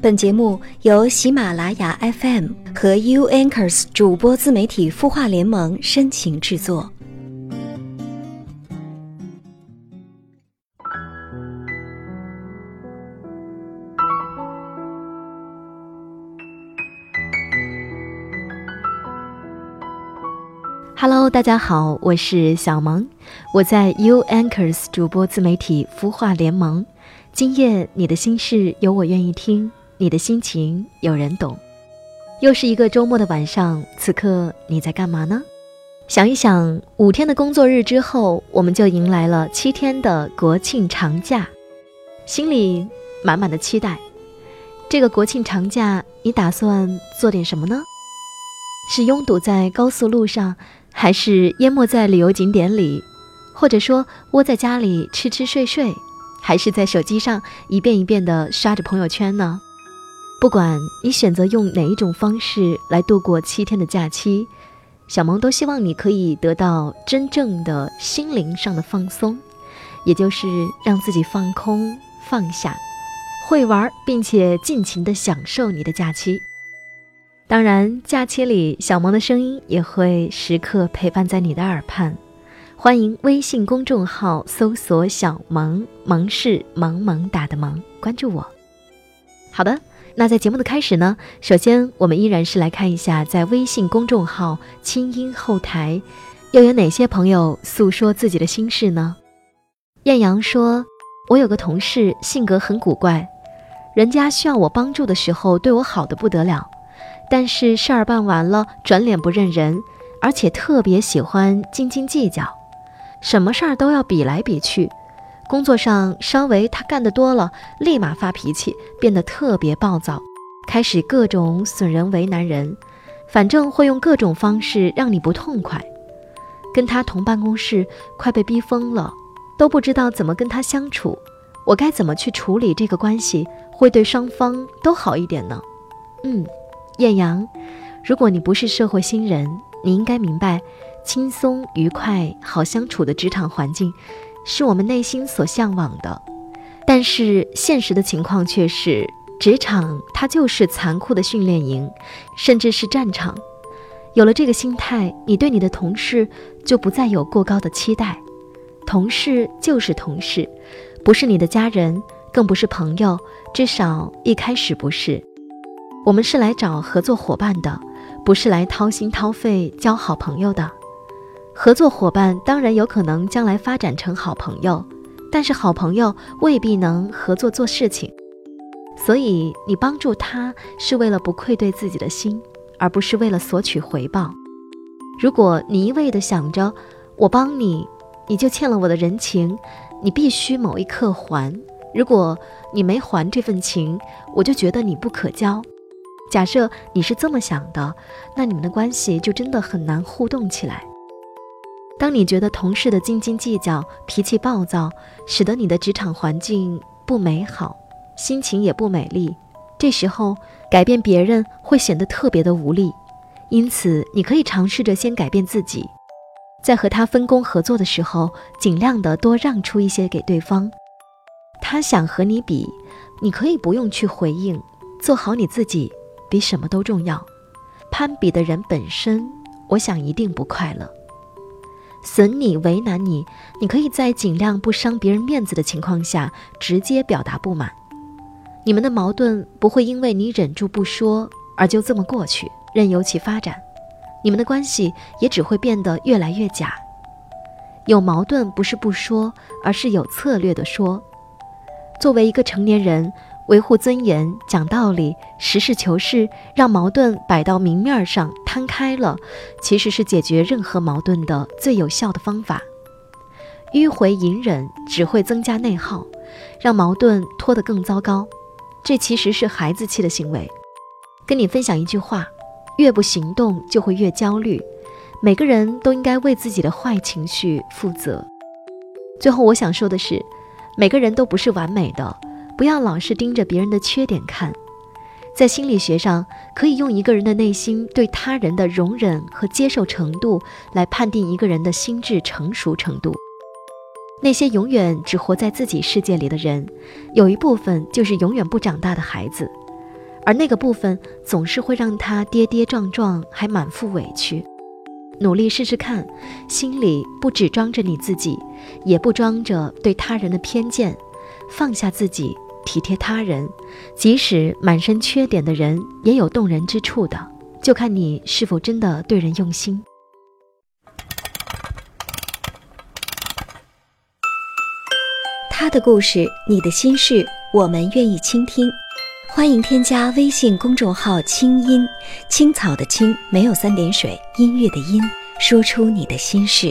本节目由喜马拉雅 FM 和 U Anchors 主播自媒体孵化联盟深情制作。 Hello， 大家好，我是小萌，我在 U Anchors 主播自媒体孵化联盟。今夜你的心事有我愿意听，你的心情有人懂。又是一个周末的晚上，此刻你在干嘛呢？想一想，5天的工作日之后，我们就迎来了7天的国庆长假，心里满满的期待。这个国庆长假，你打算做点什么呢？是拥堵在高速路上，还是淹没在旅游景点里，或者说窝在家里吃吃睡睡，还是在手机上一遍一遍地刷着朋友圈呢？不管你选择用哪一种方式来度过7天的假期，小萌都希望你可以得到真正的心灵上的放松，也就是让自己放空放下，会玩并且尽情地享受你的假期。当然，假期里小萌的声音也会时刻陪伴在你的耳畔。欢迎微信公众号搜索小萌，萌是萌萌打的萌，关注我。好的，那在节目的开始呢，首先我们依然是来看一下在微信公众号清音后台又有哪些朋友诉说自己的心事呢？艳阳说，我有个同事性格很古怪，人家需要我帮助的时候对我好得不得了，但是事儿办完了转脸不认人，而且特别喜欢斤斤计较，什么事儿都要比来比去。工作上稍微他干得多了，立马发脾气，变得特别暴躁，开始各种损人为难人，反正会用各种方式让你不痛快。跟他同办公室，快被逼疯了，都不知道怎么跟他相处，我该怎么去处理这个关系，会对双方都好一点呢？艳阳，如果你不是社会新人，你应该明白，轻松愉快好相处的职场环境是我们内心所向往的，但是现实的情况却是，职场它就是残酷的训练营，甚至是战场。有了这个心态，你对你的同事就不再有过高的期待。同事就是同事，不是你的家人，更不是朋友，至少一开始不是。我们是来找合作伙伴的，不是来掏心掏肺交好朋友的。合作伙伴当然有可能将来发展成好朋友，但是好朋友未必能合作做事情。所以你帮助他是为了不愧对自己的心，而不是为了索取回报。如果你一味地想着我帮你，你就欠了我的人情，你必须某一刻还，如果你没还这份情，我就觉得你不可交。假设你是这么想的，那你们的关系就真的很难互动起来。当你觉得同事的斤斤计较、脾气暴躁，使得你的职场环境不美好，心情也不美丽，这时候改变别人会显得特别的无力。因此你可以尝试着先改变自己，在和他分工合作的时候，尽量的多让出一些给对方。他想和你比，你可以不用去回应，做好你自己比什么都重要。攀比的人本身，我想一定不快乐。损你为难你，你可以在尽量不伤别人面子的情况下直接表达不满。你们的矛盾不会因为你忍住不说而就这么过去，任由其发展，你们的关系也只会变得越来越假。有矛盾不是不说，而是有策略的说。作为一个成年人，维护尊严，讲道理，实事求是，让矛盾摆到明面上摊开了，其实是解决任何矛盾的最有效的方法。迂回隐忍只会增加内耗，让矛盾拖得更糟糕，这其实是孩子气的行为。跟你分享一句话，越不行动就会越焦虑，每个人都应该为自己的坏情绪负责。最后我想说的是，每个人都不是完美的，不要老是盯着别人的缺点看。在心理学上，可以用一个人的内心对他人的容忍和接受程度来判定一个人的心智成熟程度。那些永远只活在自己世界里的人，有一部分就是永远不长大的孩子。 而那个部分总是会让他跌跌撞撞，还满腹委屈。努力试试看，心里不只装着你自己，也不装着对他人的偏见，放下自己，体贴他人，即使满身缺点的人也有动人之处的，就看你是否真的对人用心。 他的故事，你的心事，我们愿意倾听。欢迎添加微信公众号清音，青草的青，没有3点水，音乐的音，说出你的心事。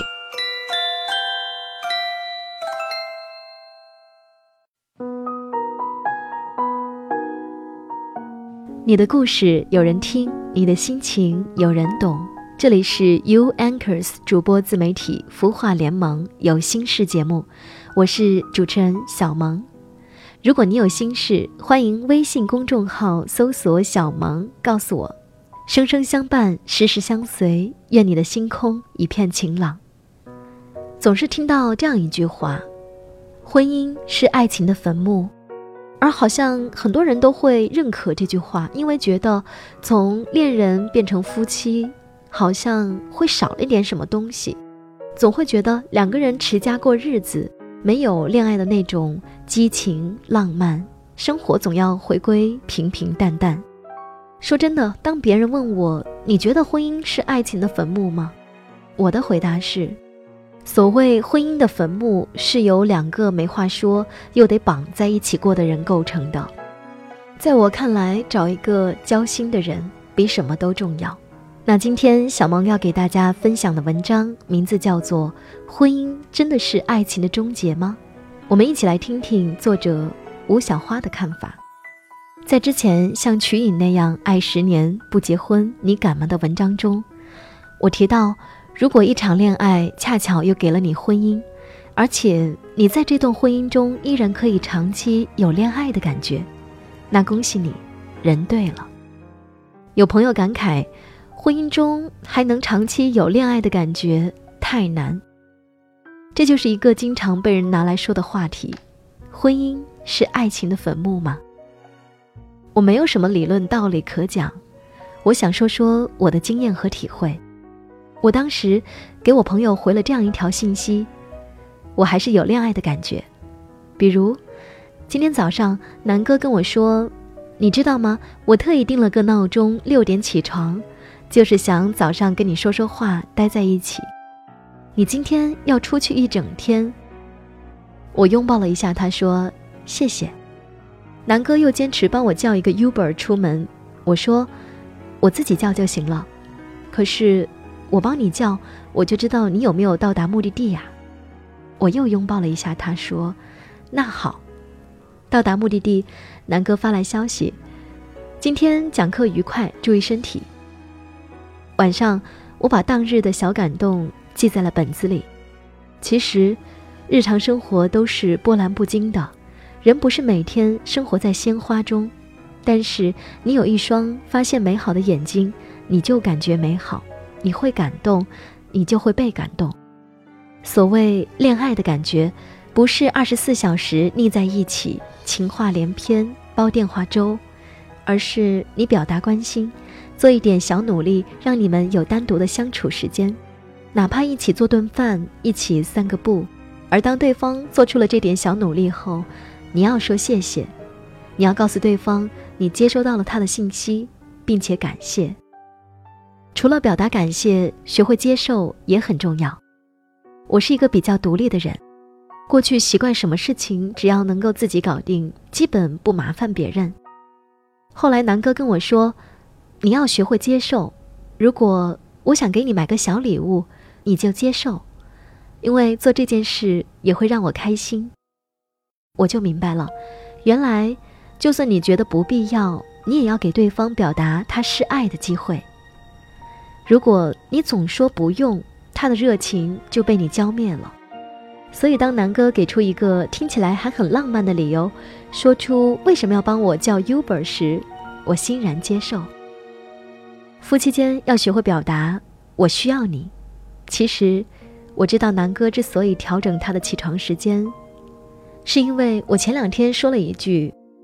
你的故事有人听，你的心情有人懂。这里是 You Anchors 主播自媒体孵化联盟有心事节目，我是主持人小萌。如果你有心事，欢迎微信公众号搜索小萌告诉我。生生相伴，时时相随，愿你的星空一片晴朗。总是听到这样一句话，婚姻是爱情的坟墓，而好像很多人都会认可这句话，因为觉得从恋人变成夫妻好像会少了一点什么东西，总会觉得两个人持家过日子，没有恋爱的那种激情浪漫，生活总要回归平平淡淡。说真的，当别人问我，你觉得婚姻是爱情的坟墓吗？我的回答是，所谓婚姻的坟墓是由2个没话说又得绑在一起过的人构成的。在我看来，找一个交心的人比什么都重要。那今天小萌要给大家分享的文章名字叫做《婚姻真的是爱情的终结吗》？我们一起来听听作者吴小花的看法。在之前像瞿颖那样爱10年不结婚你敢吗的文章中，我提到，如果一场恋爱恰巧又给了你婚姻，而且你在这段婚姻中依然可以长期有恋爱的感觉，那恭喜你，人对了。有朋友感慨，婚姻中还能长期有恋爱的感觉太难。这就是一个经常被人拿来说的话题，婚姻是爱情的坟墓吗？我没有什么理论道理可讲，我想说说我的经验和体会。我当时给我朋友回了这样一条信息，我还是有恋爱的感觉。比如今天早上南哥跟我说，你知道吗，我特意定了个闹钟6点起床，就是想早上跟你说说话，待在一起。你今天要出去一整天。我拥抱了一下他，说谢谢。南哥又坚持帮我叫一个 Uber 出门，我说我自己叫就行了，可是我帮你叫，我就知道你有没有到达目的地呀。我又拥抱了一下他，说那好。到达目的地，南哥发来消息，今天讲课愉快，注意身体。晚上我把当日的小感动记在了本子里。其实日常生活都是波澜不惊的，人不是每天生活在鲜花中，但是你有一双发现美好的眼睛，你就感觉美好，你会感动，你就会被感动。所谓恋爱的感觉，不是24小时腻在一起，情话连篇，煲电话粥，而是你表达关心，做一点小努力，让你们有单独的相处时间，哪怕一起做顿饭，一起散个步。而当对方做出了这点小努力后，你要说谢谢，你要告诉对方你接收到了他的信息，并且感谢。除了表达感谢，学会接受也很重要。我是一个比较独立的人，过去习惯什么事情只要能够自己搞定，基本不麻烦别人。后来南哥跟我说，你要学会接受，如果我想给你买个小礼物，你就接受，因为做这件事也会让我开心。我就明白了，原来就算你觉得不必要，你也要给对方表达他示爱的机会。如果你总说不用，他的热情就被你浇灭了。所以当南哥给出一个听起来还很浪漫的理由，说出为什么要帮我叫 Uber 时，我欣然接受。夫妻间要学会表达我需要你。其实我知道南哥之所以调整他的起床时间，是因为我前2天说了一句，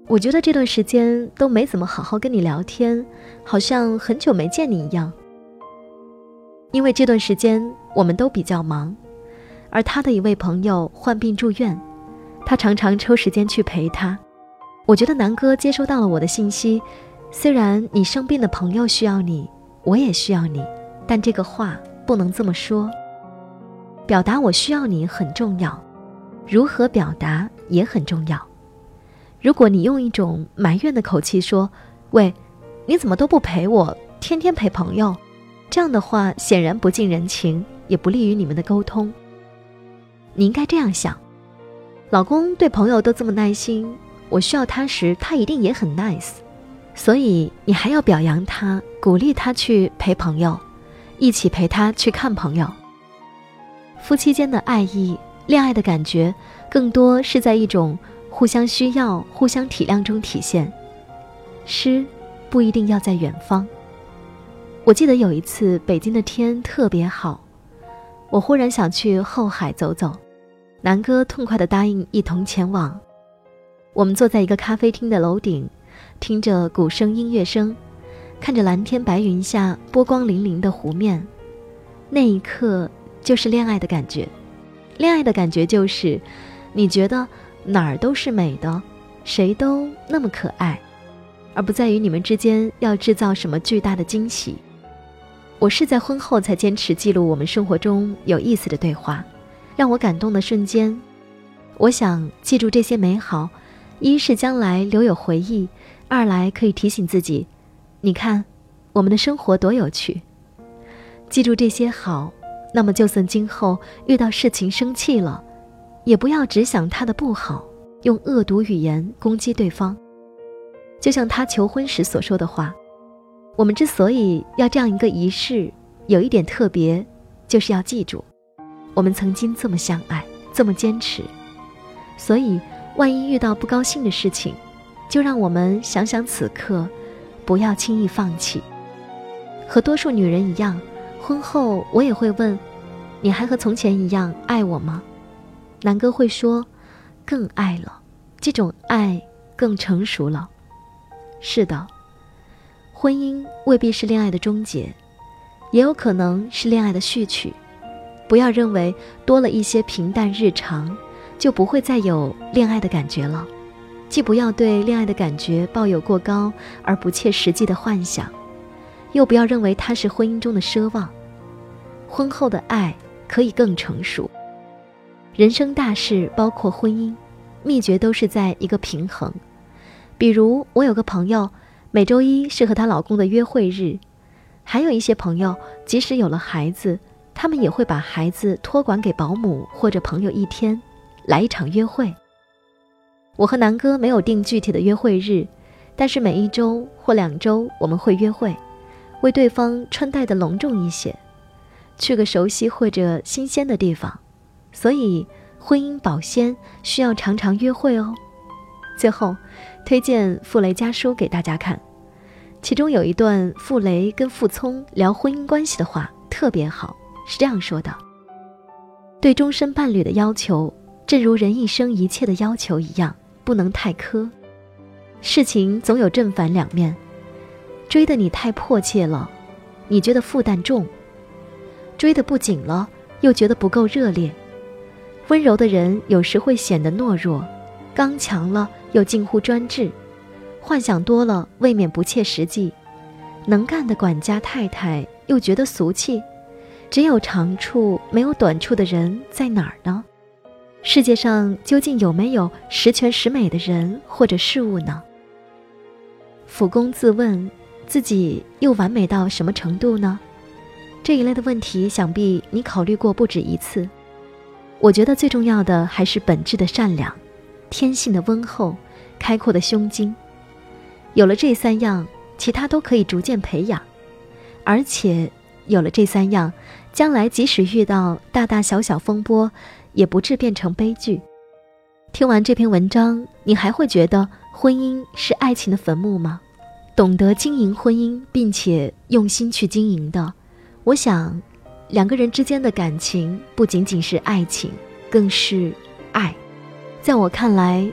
我觉得这段时间都没怎么好好跟你聊天，好像很久没见你一样。因为这段时间我们都比较忙，而他的一位朋友患病住院，他常常抽时间去陪他。我觉得南哥接收到了我的信息，虽然你生病的朋友需要你，我也需要你，但这个话不能这么说。表达我需要你很重要，如何表达也很重要。如果你用一种埋怨的口气说，喂，你怎么都不陪我，天天陪朋友，这样的话显然不近人情，也不利于你们的沟通。你应该这样想，老公对朋友都这么耐心，我需要他时他一定也很 nice， 所以你还要表扬他，鼓励他去陪朋友，一起陪他去看朋友。夫妻间的爱意，恋爱的感觉更多是在一种互相需要、互相体谅中体现。诗不一定要在远方。我记得有一次北京的天特别好，我忽然想去后海走走，南哥痛快地答应一同前往。我们坐在一个咖啡厅的楼顶，听着鼓声音乐声，看着蓝天白云下波光粼粼的湖面。那一刻就是恋爱的感觉。恋爱的感觉就是你觉得哪儿都是美的，谁都那么可爱，而不在于你们之间要制造什么巨大的惊喜。我是在婚后才坚持记录我们生活中有意思的对话，让我感动的瞬间。我想记住这些美好，一是将来留有回忆，二来可以提醒自己，你看我们的生活多有趣。记住这些好，那么就算今后遇到事情生气了，也不要只想他的不好，用恶毒语言攻击对方。就像他求婚时所说的话，我们之所以要这样一个仪式，有一点特别，就是要记住我们曾经这么相爱，这么坚持。所以万一遇到不高兴的事情，就让我们想想此刻，不要轻易放弃。和多数女人一样，婚后我也会问，你还和从前一样爱我吗？南哥会说，更爱了，这种爱更成熟了。是的，婚姻未必是恋爱的终结，也有可能是恋爱的序曲。不要认为多了一些平淡日常，就不会再有恋爱的感觉了。既不要对恋爱的感觉抱有过高而不切实际的幻想，又不要认为它是婚姻中的奢望。婚后的爱可以更成熟。人生大事包括婚姻，秘诀都是在一个平衡。比如我有个朋友，每周一是和她老公的约会日，还有一些朋友即使有了孩子，他们也会把孩子托管给保姆或者朋友一天，来一场约会。我和南哥没有定具体的约会日，但是每一周或2周我们会约会，为对方穿戴的隆重一些，去个熟悉或者新鲜的地方。所以婚姻保鲜需要常常约会哦。最后推荐傅雷家书给大家看，其中有一段傅雷跟傅聪聊婚姻关系的话特别好，是这样说的：对终身伴侣的要求，正如人一生一切的要求一样，不能太苛。事情总有正反两面，追得你太迫切了，你觉得负担重；追得不紧了，又觉得不够热烈。温柔的人有时会显得懦弱，刚强了又近乎专制，幻想多了未免不切实际。能干的管家太太又觉得俗气。只有长处没有短处的人在哪儿呢？世界上究竟有没有十全十美的人或者事物呢？俯躬自问，自己又完美到什么程度呢？这一类的问题想必你考虑过不止一次。我觉得最重要的还是本质的善良，天性的温厚，开阔的胸襟。有了这3样，其他都可以逐渐培养。而且有了这3样，将来即使遇到大大小小风波，也不致变成悲剧。听完这篇文章，你还会觉得婚姻是爱情的坟墓吗？懂得经营婚姻并且用心去经营的，我想2个人之间的感情不仅仅是爱情，更是爱。在我看来，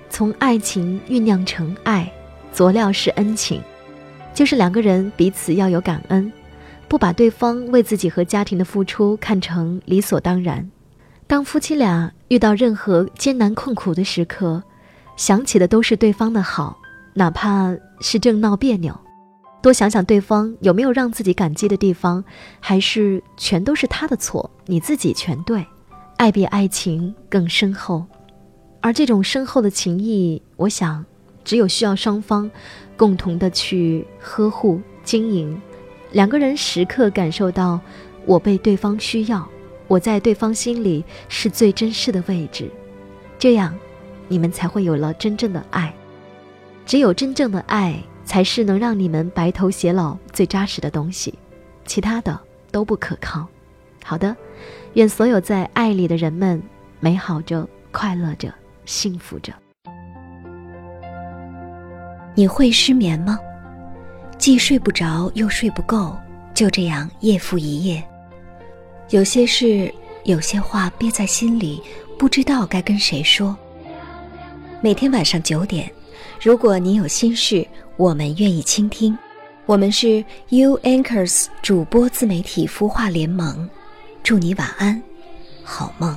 从爱情酝酿成爱，佐料是恩情，就是两个人彼此要有感恩，不把对方为自己和家庭的付出看成理所当然。当夫妻俩遇到任何艰难困苦的时刻，想起的都是对方的好，哪怕是正闹别扭，多想想对方有没有让自己感激的地方，还是全都是他的错，你自己全对。爱比爱情更深厚，而这种深厚的情谊，我想只有需要双方共同的去呵护经营，两个人时刻感受到我被对方需要，我在对方心里是最珍视的位置，这样你们才会有了真正的爱。只有真正的爱才是能让你们白头偕老最扎实的东西，其他的都不可靠。好的，愿所有在爱里的人们美好着，快乐着，幸福着。 你会失眠吗？既睡不着又睡不够，就这样夜复一夜。有些事，有些话憋在心里，不知道该跟谁说。每天晚上9点，如果你有心事，我们愿意倾听。我们是 You Anchors 主播自媒体孵化联盟，祝你晚安，好梦。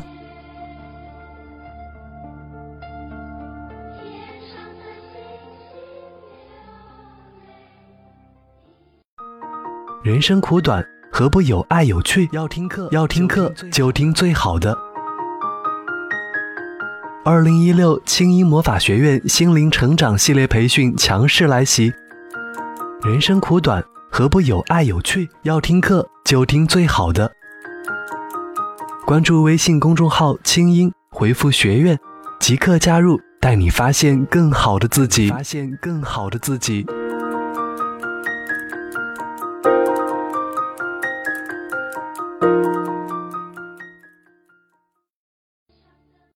人生苦短，何不有爱有趣？要听课就听最好的。2016清音魔法学院心灵成长系列培训强势来袭。人生苦短，何不有爱有趣？要听课就听最好的。关注微信公众号清音，回复学院即刻加入，带你发现更好的自己。